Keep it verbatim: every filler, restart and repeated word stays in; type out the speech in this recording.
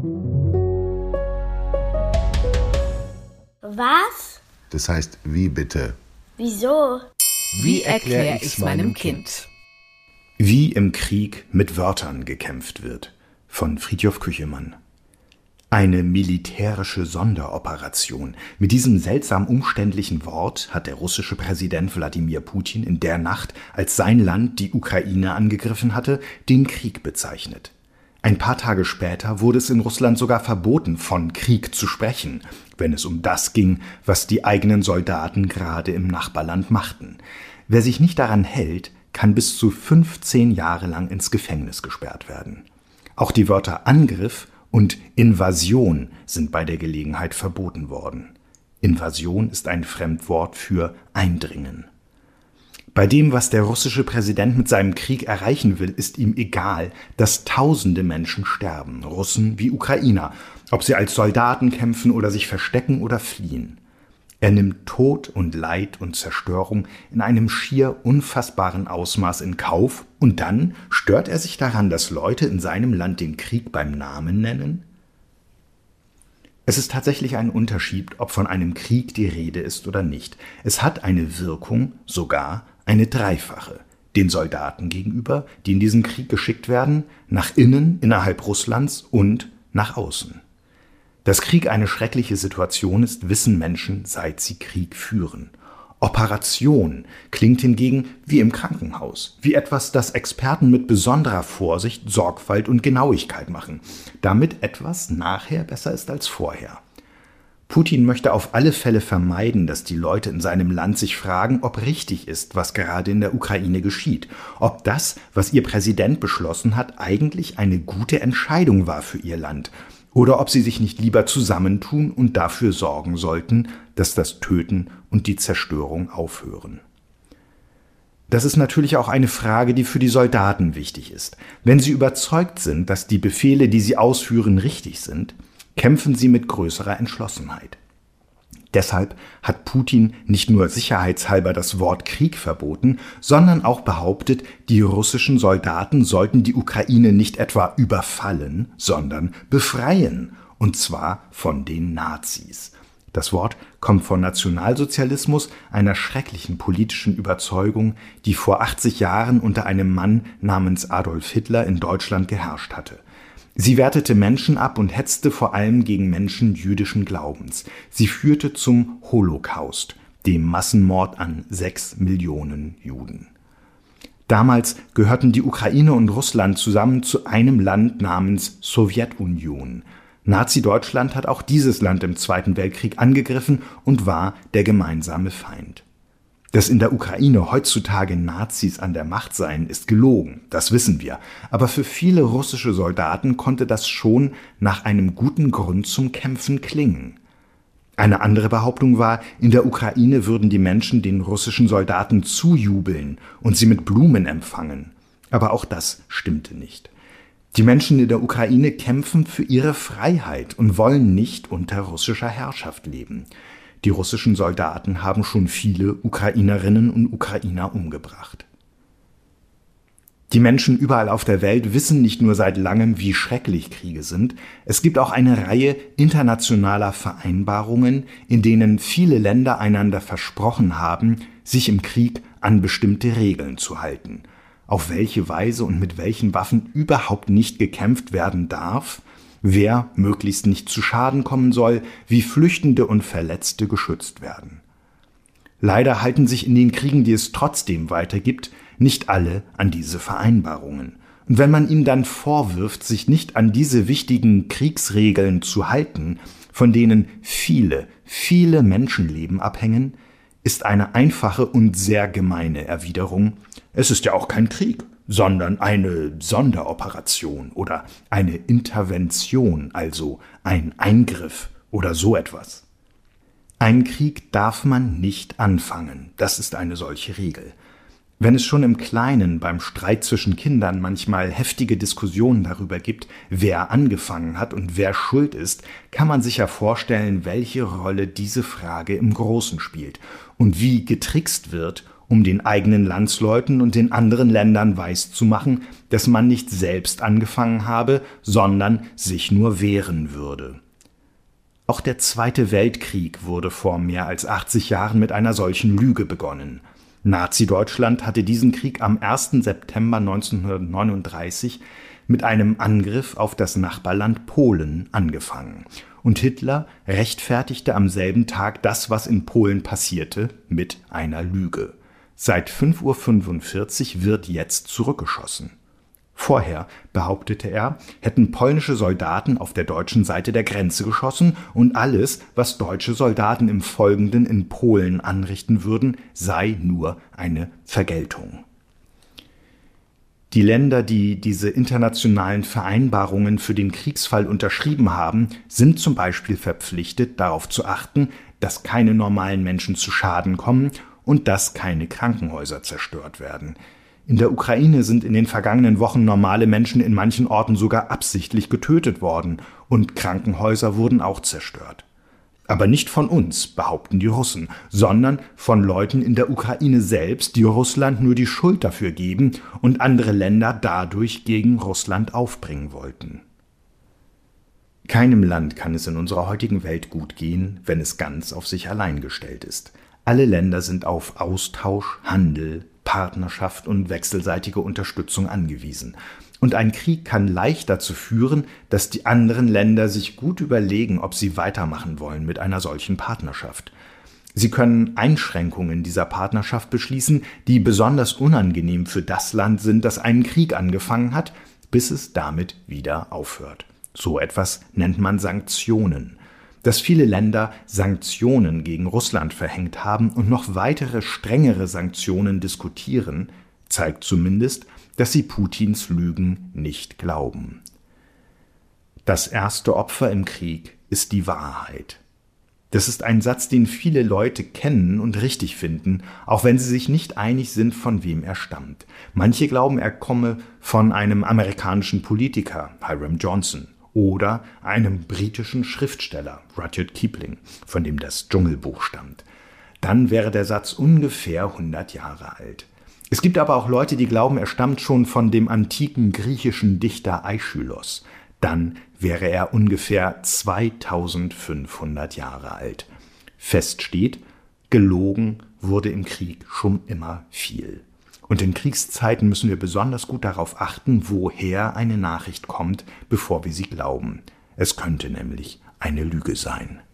Was? Das heißt, wie bitte? Wieso? Wie erkläre ich's meinem Kind? Wie im Krieg mit Wörtern gekämpft wird, von Fridtjof Küchemann. Eine militärische Sonderoperation. Mit diesem seltsam umständlichen Wort hat der russische Präsident Wladimir Putin in der Nacht, als sein Land die Ukraine angegriffen hatte, den Krieg bezeichnet. Ein paar Tage später wurde es in Russland sogar verboten, von Krieg zu sprechen, wenn es um das ging, was die eigenen Soldaten gerade im Nachbarland machten. Wer sich nicht daran hält, kann bis zu fünfzehn Jahre lang ins Gefängnis gesperrt werden. Auch die Wörter Angriff und Invasion sind bei der Gelegenheit verboten worden. Invasion ist ein Fremdwort für Eindringen. Bei dem, was der russische Präsident mit seinem Krieg erreichen will, ist ihm egal, dass tausende Menschen sterben, Russen wie Ukrainer, ob sie als Soldaten kämpfen oder sich verstecken oder fliehen. Er nimmt Tod und Leid und Zerstörung in einem schier unfassbaren Ausmaß in Kauf und dann stört er sich daran, dass Leute in seinem Land den Krieg beim Namen nennen? Es ist tatsächlich ein Unterschied, ob von einem Krieg die Rede ist oder nicht. Es hat eine Wirkung, sogar eine dreifache, den Soldaten gegenüber, die in diesen Krieg geschickt werden, nach innen, innerhalb Russlands und nach außen. Dass Krieg eine schreckliche Situation ist, wissen Menschen, seit sie Krieg führen. Operation klingt hingegen wie im Krankenhaus, wie etwas, das Experten mit besonderer Vorsicht, Sorgfalt und Genauigkeit machen, damit etwas nachher besser ist als vorher. Putin möchte auf alle Fälle vermeiden, dass die Leute in seinem Land sich fragen, ob richtig ist, was gerade in der Ukraine geschieht, ob das, was ihr Präsident beschlossen hat, eigentlich eine gute Entscheidung war für ihr Land, oder ob sie sich nicht lieber zusammentun und dafür sorgen sollten, dass das Töten und die Zerstörung aufhören. Das ist natürlich auch eine Frage, die für die Soldaten wichtig ist. Wenn sie überzeugt sind, dass die Befehle, die sie ausführen, richtig sind, kämpfen sie mit größerer Entschlossenheit. Deshalb hat Putin nicht nur sicherheitshalber das Wort Krieg verboten, sondern auch behauptet, die russischen Soldaten sollten die Ukraine nicht etwa überfallen, sondern befreien, und zwar von den Nazis. Das Wort kommt von Nationalsozialismus, einer schrecklichen politischen Überzeugung, die vor achtzig Jahren unter einem Mann namens Adolf Hitler in Deutschland geherrscht hatte. Sie wertete Menschen ab und hetzte vor allem gegen Menschen jüdischen Glaubens. Sie führte zum Holocaust, dem Massenmord an sechs Millionen Juden. Damals gehörten die Ukraine und Russland zusammen zu einem Land namens Sowjetunion. Nazi-Deutschland hat auch dieses Land im Zweiten Weltkrieg angegriffen und war der gemeinsame Feind. Dass in der Ukraine heutzutage Nazis an der Macht seien, ist gelogen, das wissen wir. Aber für viele russische Soldaten konnte das schon nach einem guten Grund zum Kämpfen klingen. Eine andere Behauptung war, in der Ukraine würden die Menschen den russischen Soldaten zujubeln und sie mit Blumen empfangen. Aber auch das stimmte nicht. Die Menschen in der Ukraine kämpfen für ihre Freiheit und wollen nicht unter russischer Herrschaft leben. Die russischen Soldaten haben schon viele Ukrainerinnen und Ukrainer umgebracht. Die Menschen überall auf der Welt wissen nicht nur seit langem, wie schrecklich Kriege sind. Es gibt auch eine Reihe internationaler Vereinbarungen, in denen viele Länder einander versprochen haben, sich im Krieg an bestimmte Regeln zu halten. Auf welche Weise und mit welchen Waffen überhaupt nicht gekämpft werden darf, wer möglichst nicht zu Schaden kommen soll, wie Flüchtende und Verletzte geschützt werden. Leider halten sich in den Kriegen, die es trotzdem weitergibt, nicht alle an diese Vereinbarungen. Und wenn man ihnen dann vorwirft, sich nicht an diese wichtigen Kriegsregeln zu halten, von denen viele, viele Menschenleben abhängen, ist eine einfache und sehr gemeine Erwiderung: Es ist ja auch kein Krieg, sondern eine Sonderoperation oder eine Intervention, also ein Eingriff oder so etwas. Einen Krieg darf man nicht anfangen, das ist eine solche Regel. Wenn es schon im Kleinen beim Streit zwischen Kindern manchmal heftige Diskussionen darüber gibt, wer angefangen hat und wer schuld ist, kann man sich ja vorstellen, welche Rolle diese Frage im Großen spielt und wie getrickst wird, um den eigenen Landsleuten und den anderen Ländern weiszumachen, dass man nicht selbst angefangen habe, sondern sich nur wehren würde. Auch der Zweite Weltkrieg wurde vor mehr als achtzig Jahren mit einer solchen Lüge begonnen. Nazi-Deutschland hatte diesen Krieg am ersten September neunzehnhundertneununddreißig mit einem Angriff auf das Nachbarland Polen angefangen. Und Hitler rechtfertigte am selben Tag das, was in Polen passierte, mit einer Lüge. Seit fünf Uhr fünfundvierzig wird jetzt zurückgeschossen. Vorher, behauptete er, hätten polnische Soldaten auf der deutschen Seite der Grenze geschossen und alles, was deutsche Soldaten im Folgenden in Polen anrichten würden, sei nur eine Vergeltung. Die Länder, die diese internationalen Vereinbarungen für den Kriegsfall unterschrieben haben, sind zum Beispiel verpflichtet, darauf zu achten, dass keine normalen Menschen zu Schaden kommen und dass keine Krankenhäuser zerstört werden. In der Ukraine sind in den vergangenen Wochen normale Menschen in manchen Orten sogar absichtlich getötet worden und Krankenhäuser wurden auch zerstört. Aber nicht von uns, behaupten die Russen, sondern von Leuten in der Ukraine selbst, die Russland nur die Schuld dafür geben und andere Länder dadurch gegen Russland aufbringen wollten. Keinem Land kann es in unserer heutigen Welt gut gehen, wenn es ganz auf sich allein gestellt ist. Alle Länder sind auf Austausch, Handel, Partnerschaft und wechselseitige Unterstützung angewiesen. Und ein Krieg kann leicht dazu führen, dass die anderen Länder sich gut überlegen, ob sie weitermachen wollen mit einer solchen Partnerschaft. Sie können Einschränkungen dieser Partnerschaft beschließen, die besonders unangenehm für das Land sind, das einen Krieg angefangen hat, bis es damit wieder aufhört. So etwas nennt man Sanktionen. Dass viele Länder Sanktionen gegen Russland verhängt haben und noch weitere strengere Sanktionen diskutieren, zeigt zumindest, dass sie Putins Lügen nicht glauben. Das erste Opfer im Krieg ist die Wahrheit. Das ist ein Satz, den viele Leute kennen und richtig finden, auch wenn sie sich nicht einig sind, von wem er stammt. Manche glauben, er komme von einem amerikanischen Politiker, Hiram Johnson, oder einem britischen Schriftsteller, Rudyard Kipling, von dem das Dschungelbuch stammt. Dann wäre der Satz ungefähr hundert Jahre alt. Es gibt aber auch Leute, die glauben, er stammt schon von dem antiken griechischen Dichter Aeschylos. Dann wäre er ungefähr zweitausendfünfhundert Jahre alt. Fest steht, gelogen wurde im Krieg schon immer viel. Und in Kriegszeiten müssen wir besonders gut darauf achten, woher eine Nachricht kommt, bevor wir sie glauben. Es könnte nämlich eine Lüge sein.